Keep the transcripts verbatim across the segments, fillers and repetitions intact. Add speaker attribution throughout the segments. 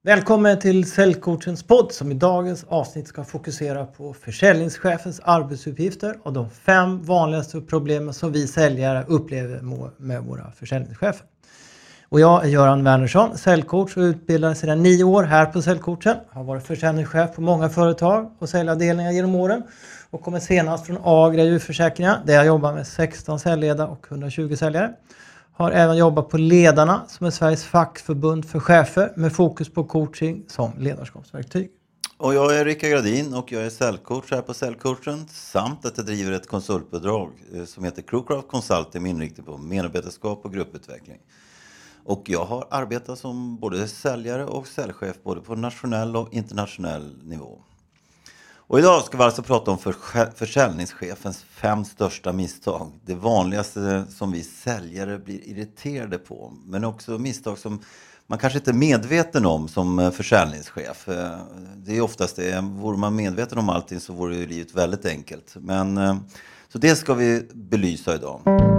Speaker 1: Välkommen till Säljcoachens podd som i dagens avsnitt ska fokusera på försäljningschefens arbetsuppgifter och de fem vanligaste problemen som vi säljare upplever med våra försäljningschefer. Och jag är Göran Wernersson, säljcoach och utbildad sedan nio år här på Säljcoachen. Har varit försäljningschef på många företag och säljavdelningar genom åren och kommer senast från Agria djurförsäkringar där jag jobbar med sexton säljledare och hundratjugo säljare. Har även jobbat på Ledarna som är Sveriges fackförbund för chefer med fokus på coaching som ledarskapsverktyg.
Speaker 2: Och jag är Rickard Gradin och jag är säljcoach här på Säljcoachen samt att jag driver ett konsultbidrag som heter Crewcraft Consulting med inriktning på medarbetarskap och grupputveckling. Och jag har arbetat som både säljare och säljchef både på nationell och internationell nivå. Och idag ska vi alltså prata om för, försäljningschefens fem största misstag. Det vanligaste som vi säljare blir irriterade på. Men också misstag som man kanske inte är medveten om som försäljningschef. Det är oftast det. Vore man medveten om allting så vore ju livet väldigt enkelt. Men, så det ska vi belysa idag.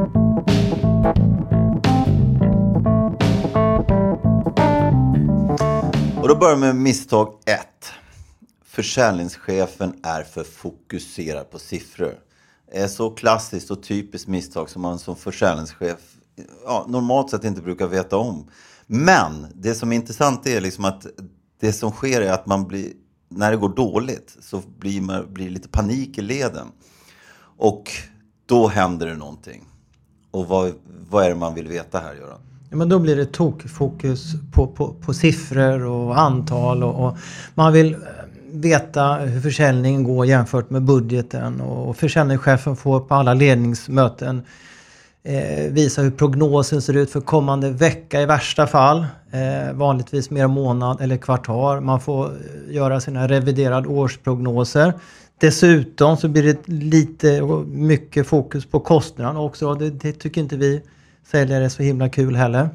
Speaker 2: Och då börjar vi med misstag ett. Försäljningschefen är för fokuserad på siffror. Det är så klassiskt och typiskt misstag som man som försäljningschef ja, normalt sett inte brukar veta om. Men det som är intressant är liksom att det som sker är att man blir, när det går dåligt så blir man blir lite panik i leden. Och då händer det någonting. Och vad, vad är det man vill veta här, Göran?
Speaker 1: Ja, men då blir det tokfokus på, på, på siffror och antal och, och man vill veta hur försäljningen går jämfört med budgeten och försäljningschefen får på alla ledningsmöten eh, visa hur prognosen ser ut för kommande vecka i värsta fall, eh, vanligtvis mer månad eller kvartal. Man får göra sina reviderade årsprognoser. Dessutom så blir det lite mycket fokus på kostnaderna också. Det, det tycker inte vi säljare är så himla kul heller.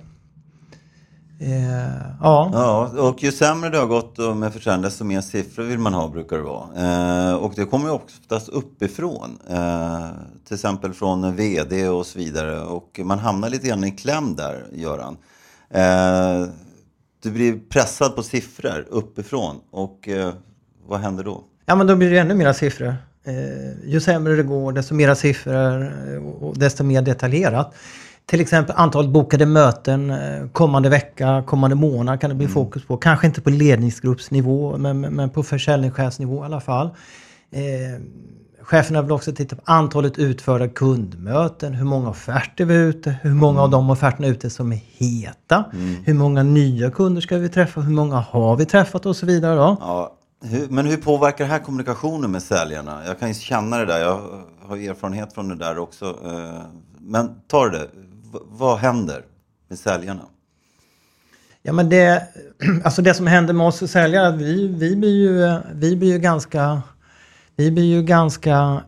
Speaker 1: Eh, ja.
Speaker 2: ja, och ju sämre det har gått med försäljning desto mer siffror vill man ha brukar det vara. Eh, och det kommer ju oftast uppifrån. Eh, till exempel från vd och så vidare. Och man hamnar lite grann i kläm där, Göran. Eh, du blir pressad på siffror uppifrån. Och eh, vad händer då?
Speaker 1: Ja, men då blir det ännu mera siffror. Eh, ju sämre det går desto mera siffror och desto mer detaljerat. Till exempel antal bokade möten kommande vecka, kommande månad kan det bli mm. fokus på. Kanske inte på ledningsgruppsnivå men, men på försäljningschefsnivå i alla fall. Eh, cheferna vill också titta på antalet utförda kundmöten. Hur många offerter vi är ute. Hur många mm. av de offerterna är ute som är heta. Mm. Hur många nya kunder ska vi träffa. Hur många har vi träffat och så vidare då.
Speaker 2: Ja, hur, men hur påverkar det här kommunikationen med säljarna? Jag kan ju känna det där. Jag har erfarenhet från det där också. Eh, men tar det. Vad händer med säljarna?
Speaker 1: Ja, men det, alltså det som händer med oss säljare, att vi, vi, blir ju, vi blir ju ganska vi blir ju ganska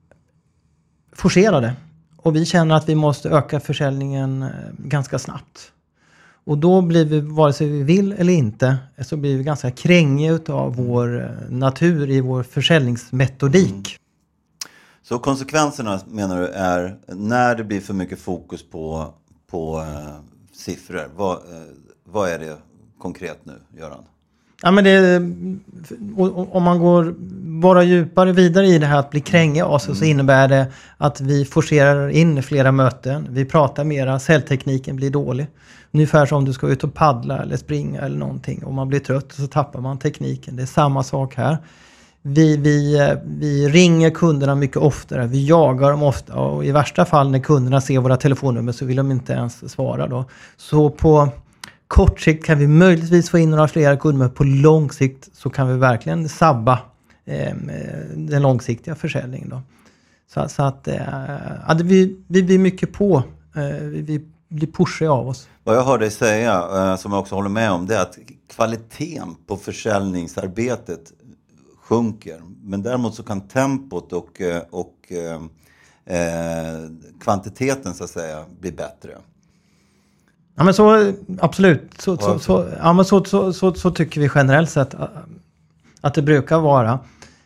Speaker 1: forcerade. Och vi känner att vi måste öka försäljningen ganska snabbt. Och då blir vi, vare sig vi vill eller inte, så blir vi ganska krängiga av vår natur i vår försäljningsmetodik. Mm.
Speaker 2: Så konsekvenserna menar du är när det blir för mycket fokus på, på äh, siffror. Vad, äh, vad är det konkret nu, Göran?
Speaker 1: Ja, men det, om man går bara djupare vidare i det här att bli kränga oss mm. så innebär det att vi forcerar in flera möten. Vi pratar mera, säljtekniken blir dålig. Ungefär som om du ska ut och paddla eller springa eller någonting. Om man blir trött så tappar man tekniken. Det är samma sak här. Vi, vi, vi ringer kunderna mycket oftare, vi jagar dem ofta och i värsta fall när kunderna ser våra telefonnummer så vill de inte ens svara då. Så på kort sikt kan vi möjligtvis få in några fler kunder, men på lång sikt så kan vi verkligen sabba eh, den långsiktiga försäljningen då. Så, så att eh, ja, vi, vi blir mycket på, eh, vi, vi blir pushade av oss.
Speaker 2: Vad jag hörde dig säga, eh, som jag också håller med om, det är att kvaliteten på försäljningsarbetet sjunker. Men däremot så kan tempot och, och eh, kvantiteten så att säga bli bättre.
Speaker 1: Ja, men så absolut. Så, så, så, ja, men så, så, så, så tycker vi generellt sett att det brukar vara.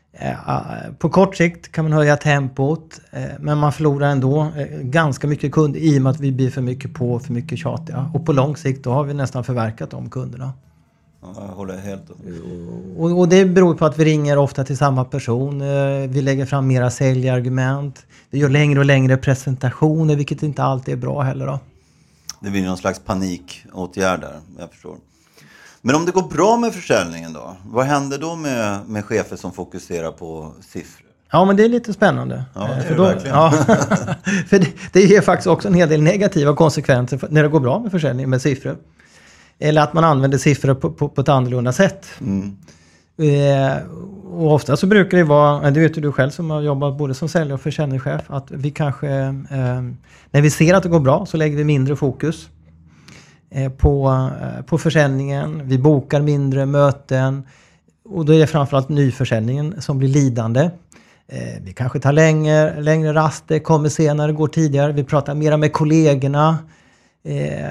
Speaker 1: På kort sikt kan man höja tempot, men man förlorar ändå ganska mycket kunder i och med att vi blir för mycket på, för mycket tjatiga. Och på lång sikt då har vi nästan förverkat de kunderna.
Speaker 2: jag håller helt om.
Speaker 1: Och, och det beror på att vi ringer ofta till samma person. Vi lägger fram mera säljargument. Vi gör längre och längre presentationer, vilket inte alltid är bra heller då.
Speaker 2: Det blir någon slags panikåtgärd där, jag förstår. Men om det går bra med försäljningen då? Vad händer då med, med chefer som fokuserar på siffror?
Speaker 1: Ja, men det är lite spännande.
Speaker 2: Ja, det är
Speaker 1: för
Speaker 2: det
Speaker 1: då,
Speaker 2: verkligen.
Speaker 1: Ja, för det, det ger faktiskt också en hel del negativa konsekvenser när det går bra med försäljning med siffror. Eller att man använder siffror på, på, på ett annorlunda sätt.
Speaker 2: Mm.
Speaker 1: Eh, och ofta så brukar det vara, det vet ju du själv som har jobbat både som säljare och försäljningschef, att vi kanske, eh, när vi ser att det går bra så lägger vi mindre fokus eh, på, eh, på försäljningen. Vi bokar mindre möten och då är det framförallt nyförsäljningen som blir lidande. Eh, vi kanske tar längre, längre raster, kommer senare, går tidigare. Vi pratar mera med kollegorna. Eh,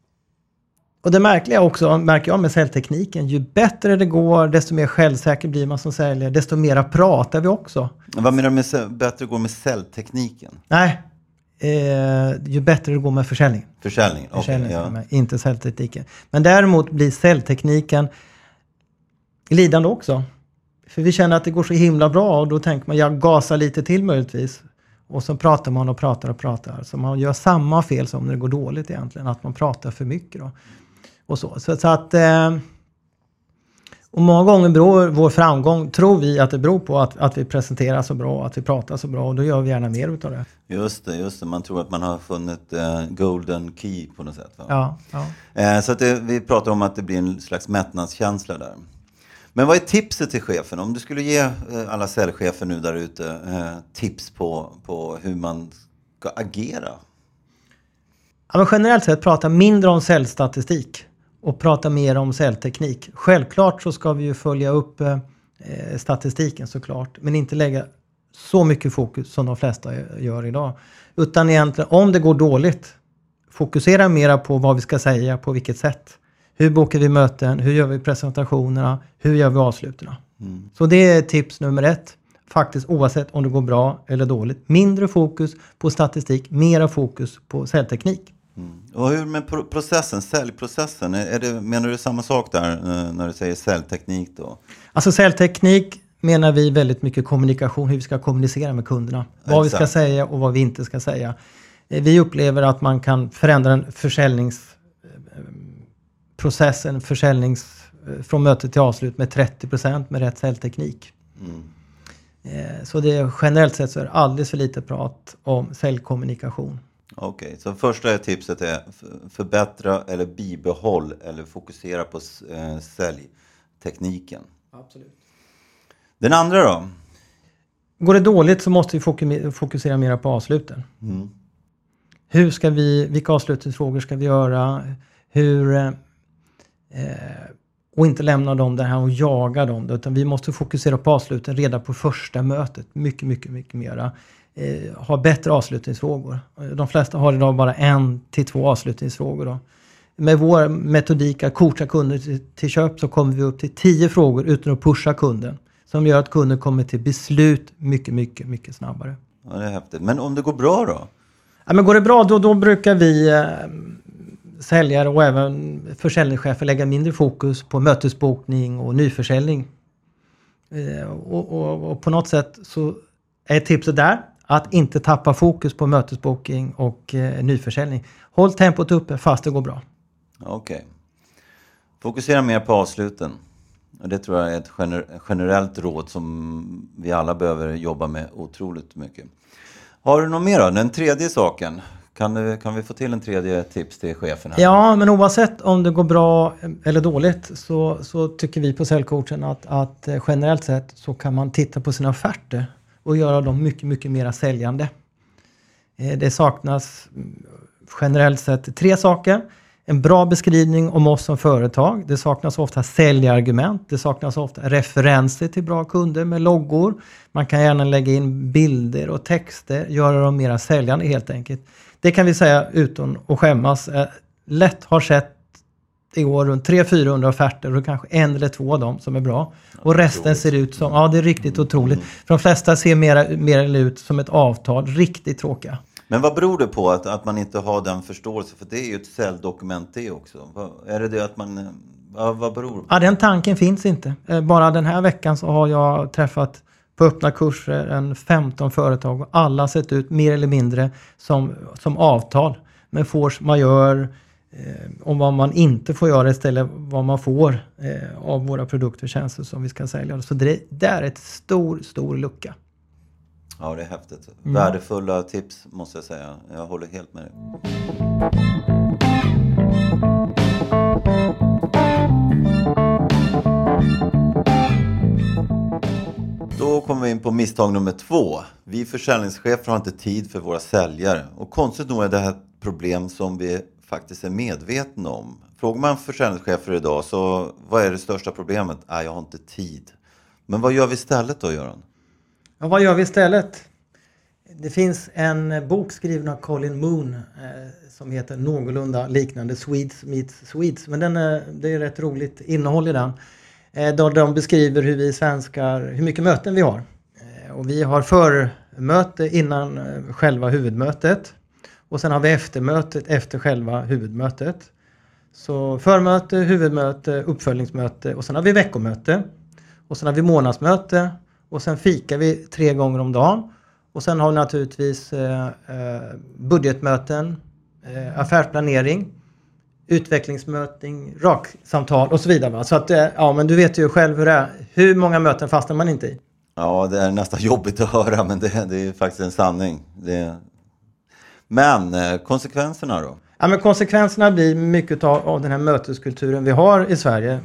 Speaker 1: Och det märkliga också, märker jag med säljtekniken, ju bättre det går, desto mer självsäker blir man som säljare, desto mera pratar vi också.
Speaker 2: Vad menar du med sä- bättre går med säljtekniken?
Speaker 1: Nej, eh, ju bättre det går med försäljning.
Speaker 2: Försäljningen, okej.
Speaker 1: Försäljning,
Speaker 2: ja.
Speaker 1: med, inte säljtekniken. Men däremot blir säljtekniken lidande också. För vi känner att det går så himla bra och då tänker man, jag gasar lite till möjligtvis. Och så pratar man och pratar och pratar. Så man gör samma fel som när det går dåligt egentligen, att man pratar för mycket då. Och så. Så, så att, eh, och många gånger beror vår framgång, tror vi att det beror på att, att vi presenterar så bra, att vi pratar så bra, och då gör vi gärna mer utav det.
Speaker 2: Just det, just det. Man tror att man har funnit eh, golden key på något sätt. Va?
Speaker 1: Ja, ja.
Speaker 2: Eh, så att det, vi pratar om att det blir en slags mättnadskänsla där. Men vad är tipset till chefen? Om du skulle ge eh, alla säljchefer nu där ute eh, tips på, på hur man ska agera?
Speaker 1: Ja, men generellt sett prata mindre om säljstatistik och prata mer om säljteknik. Självklart så ska vi ju följa upp eh, statistiken såklart, men inte lägga så mycket fokus som de flesta gör idag. Utan egentligen, om det går dåligt, fokusera mera på vad vi ska säga, på vilket sätt. Hur bokar vi möten, hur gör vi presentationerna, hur gör vi avslutningarna. Mm. Så det är tips nummer ett. Faktiskt oavsett om det går bra eller dåligt. Mindre fokus på statistik, mera fokus på säljteknik.
Speaker 2: Mm. Och hur med pro- processen, säljprocessen, är, är det, menar du samma sak där eh, när du säger säljteknik då?
Speaker 1: Alltså säljteknik menar vi väldigt mycket kommunikation, hur vi ska kommunicera med kunderna. Exakt. Vad vi ska säga och vad vi inte ska säga. Eh, vi upplever att man kan förändra en försäljningsprocess, en försäljnings, från möte till avslut med trettio procent med rätt säljteknik. Mm. Eh, så det är, generellt sett så är det alldeles för lite prat om säljkommunikation.
Speaker 2: Okej, okay, så första tipset är förbättra eller bibehåll eller fokusera på eh, säljtekniken.
Speaker 1: Absolut.
Speaker 2: Den andra då?
Speaker 1: Går det dåligt så måste vi fokusera mer på avsluten. Mm. Hur ska vi, vilka avslutningsfrågor ska vi göra? Hur, eh, och inte lämna dem där här och jaga dem. Utan vi måste fokusera på avsluten redan på första mötet. Mycket, mycket, mycket mera. Eh, ha bättre avslutningsfrågor. De flesta har idag bara en till två avslutningsfrågor då. Med vår metodik att coacha kunder till, till köp så kommer vi upp till tio frågor utan att pusha kunden. Som gör att kunden kommer till beslut mycket, mycket, mycket snabbare.
Speaker 2: Ja, det är häftigt. Men om det går bra då?
Speaker 1: Ja, men går det bra då, då brukar vi eh, säljare och även försäljningschefer lägga mindre fokus på mötesbokning och nyförsäljning. Eh, och, och, och på något sätt så är tipset där att inte tappa fokus på mötesbokning och eh, nyförsäljning. Håll tempot uppe fast det går bra.
Speaker 2: Okej. Okay. Fokusera mer på avsluten. Och det tror jag är ett gener- generellt råd som vi alla behöver jobba med otroligt mycket. Har du något mer då? Den tredje saken. Kan, du, kan vi få till en tredje tips till chefen här?
Speaker 1: Ja, men oavsett om det går bra eller dåligt så, så tycker vi på säljcoachen att, att generellt sett så kan man titta på sina offerter och göra dem mycket, mycket mer säljande. Det saknas generellt sett tre saker. En bra beskrivning om oss som företag. Det saknas ofta säljargument. Det saknas ofta referenser till bra kunder med loggor. Man kan gärna lägga in bilder och texter. Göra dem mera säljande helt enkelt. Det kan vi säga utan att skämmas. Lätt har sett i år runt tre till fyrahundra offerter och kanske en eller två av dem som är bra. Och resten ser ut som, ja det är riktigt otroligt. För de flesta ser mer, mer ut som ett avtal. Riktigt tråkiga.
Speaker 2: Men vad beror det på att, att man inte har den förståelsen? För det är ju ett säljdokument det också. Vad, är det det att man, Vad, vad beror det på?
Speaker 1: Ja, den tanken finns inte. Bara den här veckan så har jag träffat på öppna kurser en femton företag och alla sett ut mer eller mindre som, som avtal med force majeure eh, om vad man inte får göra istället vad man får eh, av våra produkter och tjänster som vi ska sälja. Så det, det är ett stor, stor lucka.
Speaker 2: Ja, det är häftigt.
Speaker 1: Mm.
Speaker 2: Värdefulla tips måste jag säga. Jag håller helt med dig. Då kommer vi in på misstag nummer två. Vi försäljningschefer har inte tid för våra säljare. Och konstigt nog är det här ett problem som vi faktiskt är medvetna om. Frågar man försäljningschefer idag så vad är det största problemet? Nej, jag har inte tid. Men vad gör vi istället då, Göran?
Speaker 1: Ja, vad gör vi istället? Det finns en bok skriven av Colin Moon eh, som heter någorlunda liknande Swedes meets Swedes. Men den är, det är rätt roligt innehåll i den. Eh, då de beskriver hur vi svenskar, hur mycket möten vi har. Eh, och vi har förmöte innan eh, själva huvudmötet. Och sen har vi eftermötet efter själva huvudmötet. Så förmöte, huvudmöte, uppföljningsmöte och sen har vi veckomöte. Och sen har vi månadsmöte och sen fikar vi tre gånger om dagen. Och sen har vi naturligtvis eh, budgetmöten, eh, affärsplanering, utvecklingsmöten, raksamtal och så vidare. Va? Så att, eh, ja men du vet ju själv hur det är. Hur många möten fastnar man inte i?
Speaker 2: Ja, det är nästan jobbigt att höra men det, det är faktiskt en sanning. Det... Men eh, konsekvenserna då?
Speaker 1: Ja men konsekvenserna blir mycket av, av den här möteskulturen vi har i Sverige.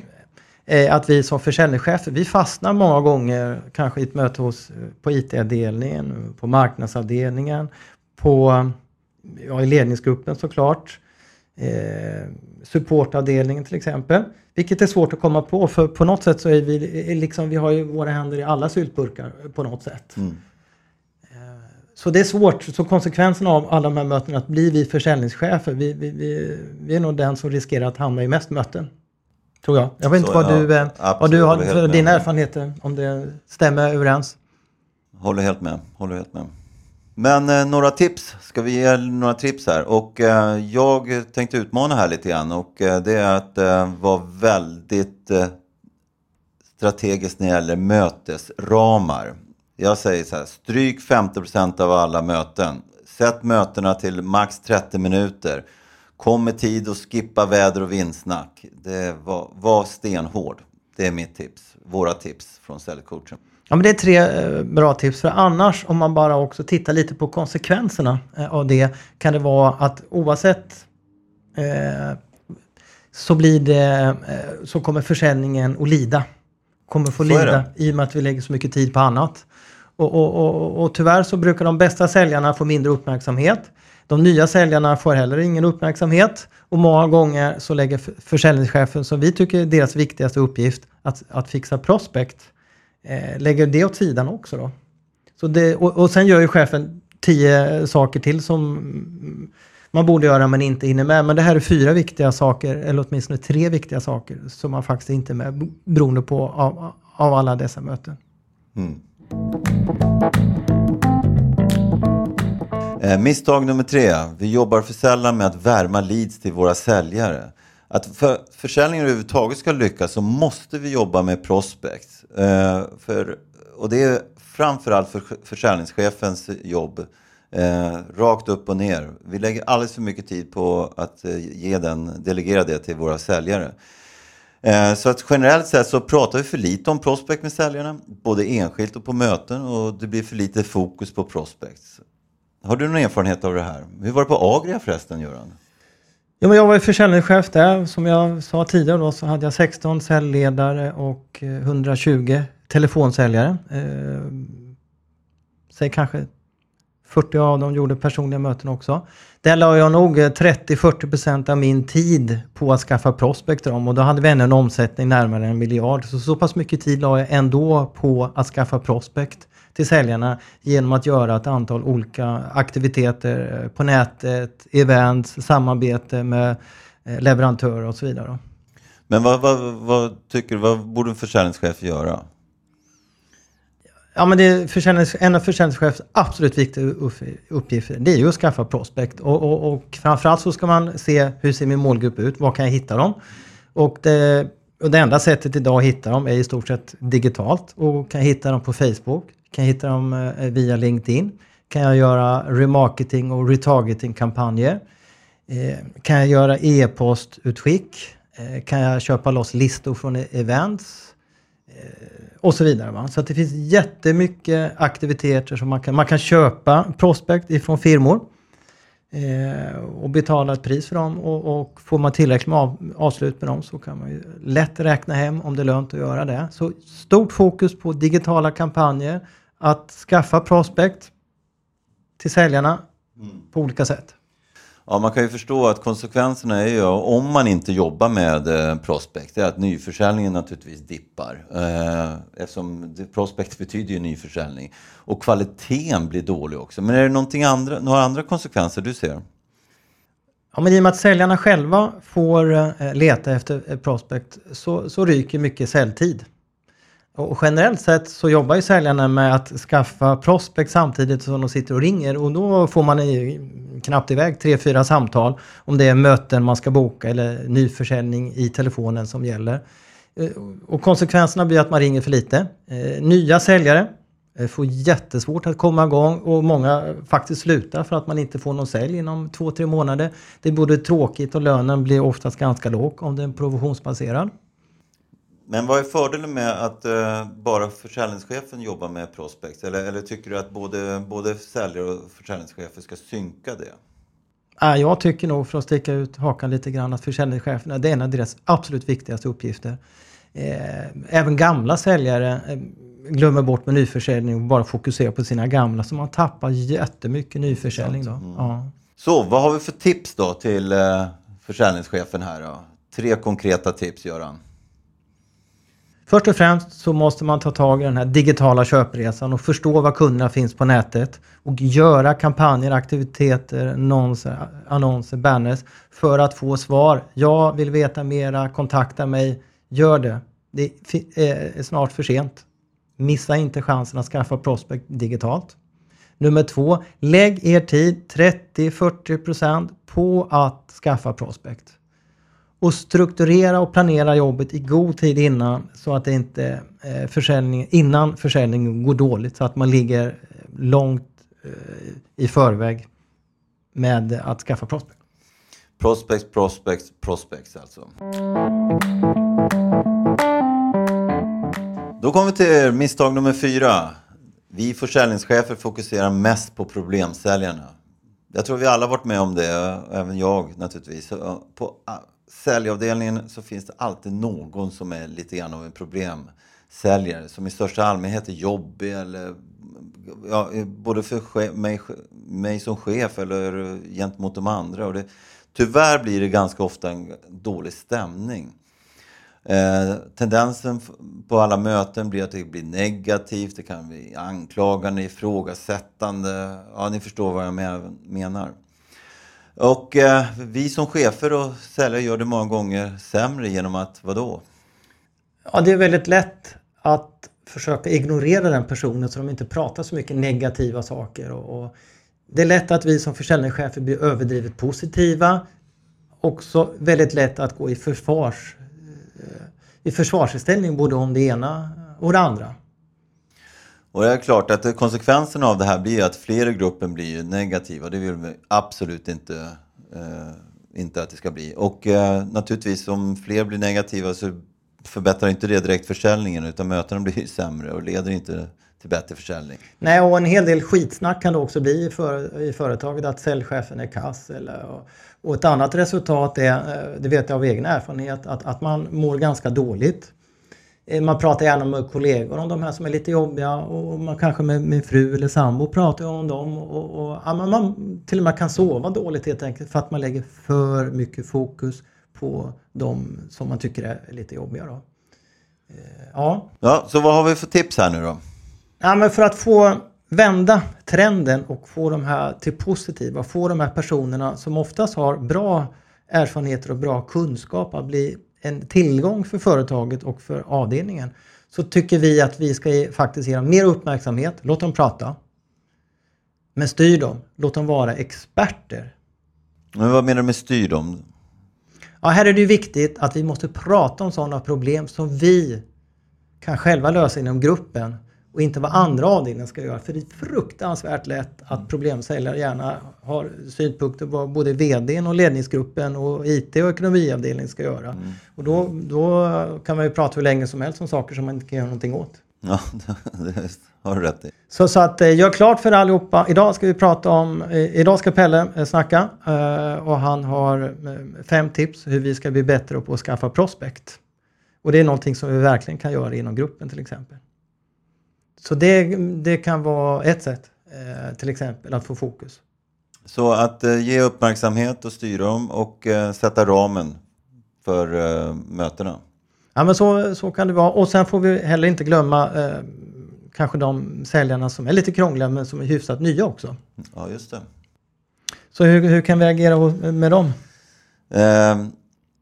Speaker 1: Att vi som försäljningschefer, vi fastnar många gånger kanske i ett möte hos, på I T-avdelningen, på marknadsavdelningen, på, ja, i ledningsgruppen såklart, eh, supportavdelningen till exempel. Vilket är svårt att komma på för på något sätt så är vi, liksom, vi har ju våra händer i alla syltburkar på något sätt. Mm. Eh, så det är svårt, så konsekvensen av alla de här mötena att bli vi försäljningschefer, vi, vi, vi, vi är nog den som riskerar att hamna i mest möten. Tror jag. Jag vet inte så, vad, ja, du, eh, vad du har för dina erfarenheter, om det stämmer överens.
Speaker 2: Håller helt med. Håller helt med. Men eh, några tips. Ska vi ge några tips här? Och eh, jag tänkte utmana här lite grann. Och eh, det är att eh, vara väldigt eh, strategiskt när det gäller mötesramar. Jag säger så här, stryk femtio procent av alla möten. Sätt mötena till max trettio minuter. Kom med tid och skippa väder och vindsnack. Det var, var stenhård. Det är mitt tips. Våra tips från säljcoachen.
Speaker 1: Ja, men det är tre eh, bra tips. För annars, om man bara också tittar lite på konsekvenserna eh, av det, kan det vara att oavsett eh, så blir det, eh, så kommer försäljningen att lida. Kommer få lida i och med att vi lägger så mycket tid på annat. Och, och, och, och tyvärr så brukar de bästa säljarna få mindre uppmärksamhet. De nya säljarna får heller ingen uppmärksamhet och många gånger så lägger försäljningschefen, som vi tycker är deras viktigaste uppgift, att, att fixa prospect, eh, lägger det åt sidan också då. Så det, och, och sen gör ju chefen tio saker till som man borde göra men inte hinner med. Men det här är fyra viktiga saker, eller åtminstone tre viktiga saker som man faktiskt inte är med beroende på av, av alla dessa möten.
Speaker 2: Mm. Eh, misstag nummer tre. Vi jobbar för sällan med att värma leads till våra säljare. Att för försäljningen överhuvudtaget ska lyckas så måste vi jobba med prospects. Eh, för, och det är framförallt för försäljningschefens jobb. Eh, rakt upp och ner. Vi lägger alldeles för mycket tid på att eh, ge den, delegera det till våra säljare. Eh, så att generellt sett så pratar vi för lite om prospect med säljarna. Både enskilt och på möten. Och det blir för lite fokus på prospects. Har du någon erfarenhet av det här? Hur var det på Agria förresten, Göran?
Speaker 1: Ja, men jag var ju försäljningschef där. Som jag sa tidigare då, så hade jag sexton säljledare och hundratjugo telefonsäljare. Eh, säg kanske fyrtio av dem gjorde personliga möten också. Där la jag nog trettio till fyrtio procent av min tid på att skaffa prospect om. Och då hade vi ännu en omsättning närmare en miljard. Så så pass mycket tid la jag ändå på att skaffa prospect till säljarna genom att göra ett antal olika aktiviteter på nätet, events, samarbete med leverantörer och så vidare.
Speaker 2: Men vad, vad, vad tycker du, vad borde en försäljningschef göra?
Speaker 1: Ja, men det är försäljnings, en av försäljningschefs absolut viktiga uppgifter, det är ju att skaffa prospect. Och, och, och framförallt så ska man se hur ser min målgrupp ut, var kan jag hitta dem? Och det, och det enda sättet idag att hitta dem är i stort sett digitalt. Och kan jag hitta dem på Facebook, kan jag hitta dem eh, via LinkedIn, kan jag göra remarketing och retargeting-kampanjer, eh, kan jag göra e-postutskick, eh, kan jag köpa loss listor från events eh, och så vidare. Va? Så att det finns jättemycket aktiviteter som man kan, man kan köpa prospect ifrån firmor. Eh, och betala ett pris för dem och, och får man tillräckligt med av, avslut med dem så kan man ju lätt räkna hem om det är lönt att göra det. Så stort fokus på digitala kampanjer, att skaffa prospect till säljarna mm. på olika sätt.
Speaker 2: Ja, man kan ju förstå att konsekvenserna är ju, om man inte jobbar med eh, prospect, är att nyförsäljningen naturligtvis dippar. Eh, eftersom prospect betyder ju nyförsäljning. Och kvaliteten blir dålig också. Men är det någonting andra, några andra konsekvenser du ser?
Speaker 1: Ja, men i och med att säljarna själva får eh, leta efter eh, prospect så, så ryker mycket säljtid. Och generellt sett så jobbar ju säljarna med att skaffa prospect samtidigt som de sitter och ringer. Och då får man i, knappt iväg tre, fyra samtal om det är möten man ska boka eller nyförsäljning i telefonen som gäller. Och konsekvenserna blir att man ringer för lite. Nya säljare får jättesvårt att komma igång och många faktiskt slutar för att man inte får någon sälj inom två, tre månader. Det är både tråkigt och lönen blir oftast ganska låg om det är provisionsbaserad.
Speaker 2: Men vad är fördelen med att uh, bara försäljningschefen jobbar med prospect? Eller, eller tycker du att både, både säljare och försäljningschefer ska synka det?
Speaker 1: Ja, jag tycker nog, för att sticka ut hakan lite grann, att försäljningscheferna, det är en av deras absolut viktigaste uppgifter. Eh, även gamla säljare eh, glömmer bort med nyförsäljning och bara fokuserar på sina gamla. Så man tappar jättemycket nyförsäljning då. Mm. Ja.
Speaker 2: Så vad har vi för tips då till uh, försäljningschefen här då? Tre konkreta tips, Göran.
Speaker 1: Först och främst så måste man ta tag i den här digitala köpresan och förstå vad kunderna finns på nätet och göra kampanjer, aktiviteter, annonser, annonser, banners för att få svar. Jag vill veta mera, kontakta mig, gör det. Det är snart för sent. Missa inte chansen att skaffa prospect digitalt. Nummer två, lägg er tid trettio till fyrtio procent på att skaffa prospect. Och strukturera och planera jobbet i god tid innan så att det inte eh, försäljning, innan försäljningen går dåligt. Så att man ligger långt eh, i förväg med att skaffa prospect.
Speaker 2: Prospects, prospects, prospects alltså. Då kommer vi till misstag nummer fyra. Vi försäljningschefer fokuserar mest på problemsäljarna. Jag tror vi alla varit med om det, även jag naturligtvis. På säljavdelningen så finns det alltid någon som är lite grann av en problemsäljare. Som i största allmänhet är jobbig eller ja, både för mig, mig som chef eller gentemot de andra. Och det, tyvärr blir det ganska ofta en dålig stämning. Eh, tendensen på alla möten blir att det blir negativt. Det kan bli anklagande, ifrågasättande. Ja, ni förstår vad jag menar. Och eh, vi som chefer och säljare gör det många gånger sämre genom att, vadå?
Speaker 1: Ja, det är väldigt lätt att försöka ignorera den personen så de inte pratar så mycket negativa saker. Och, och det är lätt att vi som försäljningschefer blir överdrivet positiva. Också väldigt lätt att gå i försvars, i försvarsställning både om det ena och det andra.
Speaker 2: Och det är klart att konsekvenserna av det här blir att fler i gruppen blir negativa. Det vill vi absolut inte, eh, inte att det ska bli. Och eh, naturligtvis om fler blir negativa så förbättrar inte det direkt försäljningen utan mötena blir sämre och leder inte till bättre försäljning.
Speaker 1: Nej, och en hel del skitsnack kan det också bli i, för, i företaget att säljchefen är kass. Eller, och, och ett annat resultat är, det vet jag av egen erfarenhet, att, att man mår ganska dåligt. Man pratar gärna med kollegor om de här som är lite jobbiga och man kanske med min fru eller sambo pratar om dem. Och, och, ja, man till och med kan sova dåligt helt enkelt för att man lägger för mycket fokus på de som man tycker är lite jobbiga. Då. Ja.
Speaker 2: Ja, så vad har vi för tips här nu då?
Speaker 1: Ja, men för att få vända trenden och få de här till positiva, få de här personerna som oftast har bra erfarenheter och bra kunskap att bli en tillgång för företaget och för avdelningen, så tycker vi att vi ska faktiskt ge dem mer uppmärksamhet. Låt dem prata. Men styr dem. Låt dem vara experter.
Speaker 2: Men vad menar du med styr dem?
Speaker 1: Ja, här är det ju viktigt att vi måste prata om sådana problem som vi kan själva lösa inom gruppen och inte vad andra avdelningar ska göra. För det är fruktansvärt lätt att problemsäljare gärna har synpunkter på vad både vdn och ledningsgruppen och I T och ekonomiavdelningen ska göra. Mm. Och då, då kan man ju prata hur länge som helst om saker som man inte kan göra någonting åt.
Speaker 2: Ja, det har du rätt i.
Speaker 1: Så, så att eh, gör klart för allihopa. Idag ska vi prata om, eh, idag ska Pelle eh, snacka eh, och han har eh, fem tips hur vi ska bli bättre på att skaffa prospect. Och det är någonting som vi verkligen kan göra inom gruppen till exempel. Så det, det kan vara ett sätt eh, till exempel att få fokus.
Speaker 2: Så att eh, ge uppmärksamhet och styra dem och eh, sätta ramen för eh, mötena.
Speaker 1: Ja, men så, så kan det vara. Och sen får vi heller inte glömma eh, kanske de säljarna som är lite krångliga men som är hyfsat nya också.
Speaker 2: Ja, just det.
Speaker 1: Så hur, hur kan vi agera med dem?
Speaker 2: Eh, eh,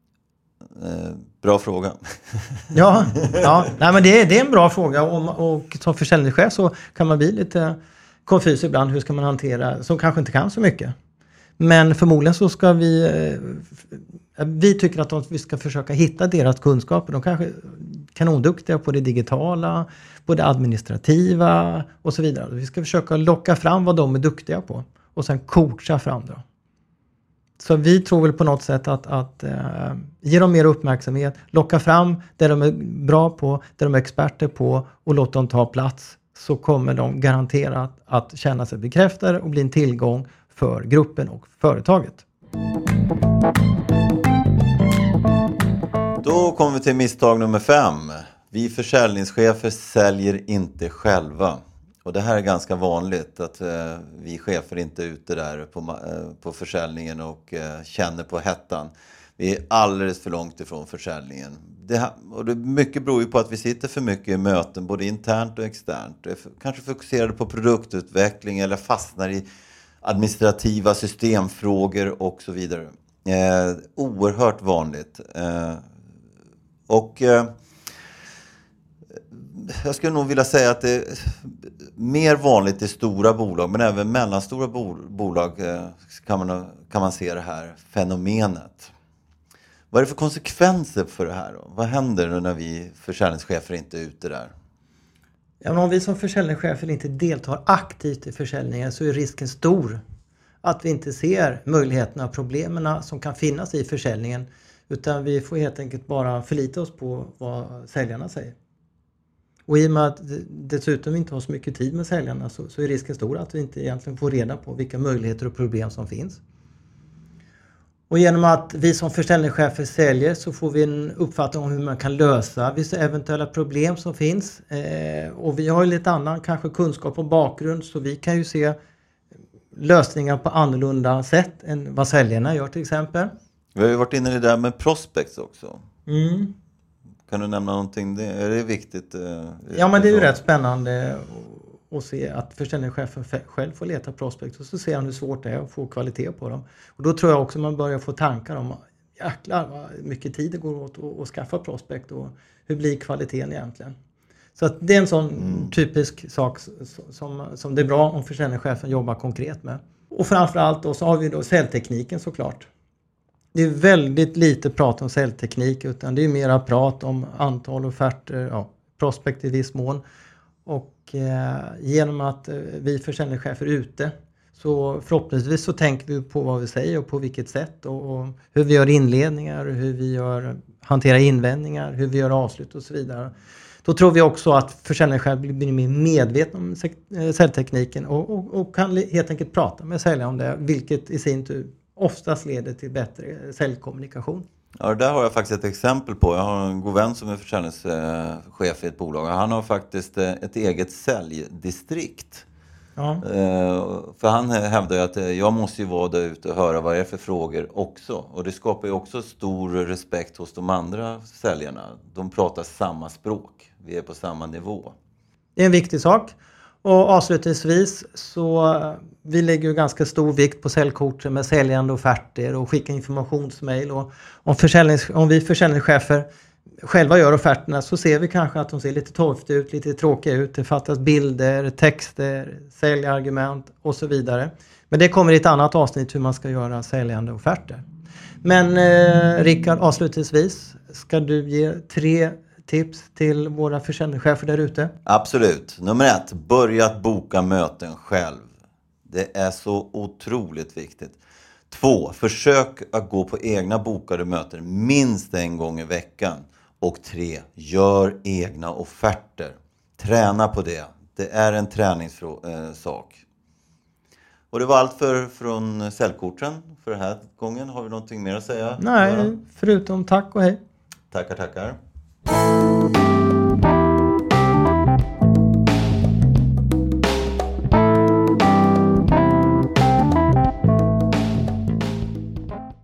Speaker 2: bra fråga.
Speaker 1: Ja, ja. Nej, men det, är, det är en bra fråga. Och, och som försäljningschef så kan man bli lite konfys ibland. Hur ska man hantera som kanske inte kan så mycket. Men förmodligen så ska vi... Eh, vi tycker att de, vi ska försöka hitta deras kunskaper. De kanske är kanonduktiga på det digitala, på det administrativa och så vidare. Vi ska försöka locka fram vad de är duktiga på och sen coacha fram det. Så vi tror väl på något sätt att, att äh, ge dem mer uppmärksamhet, locka fram det de är bra på, det de är experter på och låta dem ta plats. Så kommer de garanterat att känna sig bekräftade och bli en tillgång för gruppen och företaget.
Speaker 2: Då kommer vi till misstag nummer fem. Vi försäljningschefer säljer inte själva. Och det här är ganska vanligt att eh, vi chefer inte är ute där på, eh, på försäljningen och eh, känner på hettan. Vi är alldeles för långt ifrån försäljningen. Det här, och det mycket beror ju på att vi sitter för mycket i möten både internt och externt. Kanske fokuserade på produktutveckling eller fastnar i administrativa systemfrågor och så vidare. Eh, oerhört vanligt. Eh, och eh, jag skulle nog vilja säga att det är mer vanligt i stora bolag, men även mellanstora bo- bolag eh, kan, man, kan man se det här fenomenet. Vad är det för konsekvenser för det här då? Vad händer när vi försäljningschefer inte är ute där?
Speaker 1: Ja, men om vi som försäljningschefer inte deltar aktivt i försäljningen så är risken stor att vi inte ser möjligheterna och problemen som kan finnas i försäljningen, utan vi får helt enkelt bara förlita oss på vad säljarna säger. Och i och med att dessutom inte har så mycket tid med säljarna så, så är risken stor att vi inte egentligen får reda på vilka möjligheter och problem som finns. Och genom att vi som försäljningschefer säljer så får vi en uppfattning om hur man kan lösa vissa eventuella problem som finns. Eh, och vi har ju lite annan kanske kunskap och bakgrund så vi kan ju se lösningar på annorlunda sätt än vad säljarna gör till exempel.
Speaker 2: Vi har ju varit inne i det där med prospects också.
Speaker 1: Mm.
Speaker 2: Kan du nämna någonting? Det, är det viktigt? Eh,
Speaker 1: ja, men det är ju rätt spännande att se att försäljningschefen själv får leta prospects och så ser han hur svårt det är att få kvalitet på dem. Och då tror jag också man börjar få tankar om jäklar vad mycket tid det går åt att, att skaffa prospect och hur blir kvaliteten egentligen. Så att det är en sån mm. typisk sak som, som det är bra om försäljningschefen jobbar konkret med. Och framförallt då så har vi då säljtekniken såklart. Det är väldigt lite prat om säljteknik utan det är mera prat om antal offerter, ja, prospect i viss mån. Och eh, genom att eh, vi försäljningschefer är ute så förhoppningsvis så tänker vi på vad vi säger och på vilket sätt och, och hur vi gör inledningar, hur vi gör, hanterar invändningar, hur vi gör avslut och så vidare. Då tror vi också att försäljningschefer blir mer medvetna om säljtekniken och, och, och kan helt enkelt prata med säljaren om det, vilket i sin tur oftast leder till bättre säljkommunikation.
Speaker 2: Ja, där har jag faktiskt ett exempel på. Jag har en god vän som är försäljningschef i ett bolag. Han har faktiskt ett eget säljdistrikt. Ja. För han hävdar ju att jag måste ju vara där ute och höra vad det är för frågor också. Och det skapar ju också stor respekt hos de andra säljarna. De pratar samma språk. Vi är på samma nivå.
Speaker 1: Det är en viktig sak. Och avslutningsvis så vi lägger ju ganska stor vikt på säljcoacher med säljande offerter och skicka informationsmail. Och om, försäljnings, om vi försäljningschefer själva gör offerterna så ser vi kanske att de ser lite torftiga ut, lite tråkiga ut. Det fattas bilder, texter, säljargument och så vidare. Men det kommer i ett annat avsnitt hur man ska göra säljande offerter. Men eh, Rickard, avslutningsvis ska du ge tre tips till våra försäljningschefer där ute?
Speaker 2: Absolut. Nummer ett, börja att boka möten själv. Det är så otroligt viktigt. Två, försök att gå på egna bokade möten minst en gång i veckan. Och tre, gör egna offerter. Träna på det. Det är en träningssak. Och det var allt för, från Säljcoachen för den här gången. Har vi någonting mer att säga?
Speaker 1: Nej,
Speaker 2: Göran?
Speaker 1: förutom tack och hej.
Speaker 2: Tackar, tackar.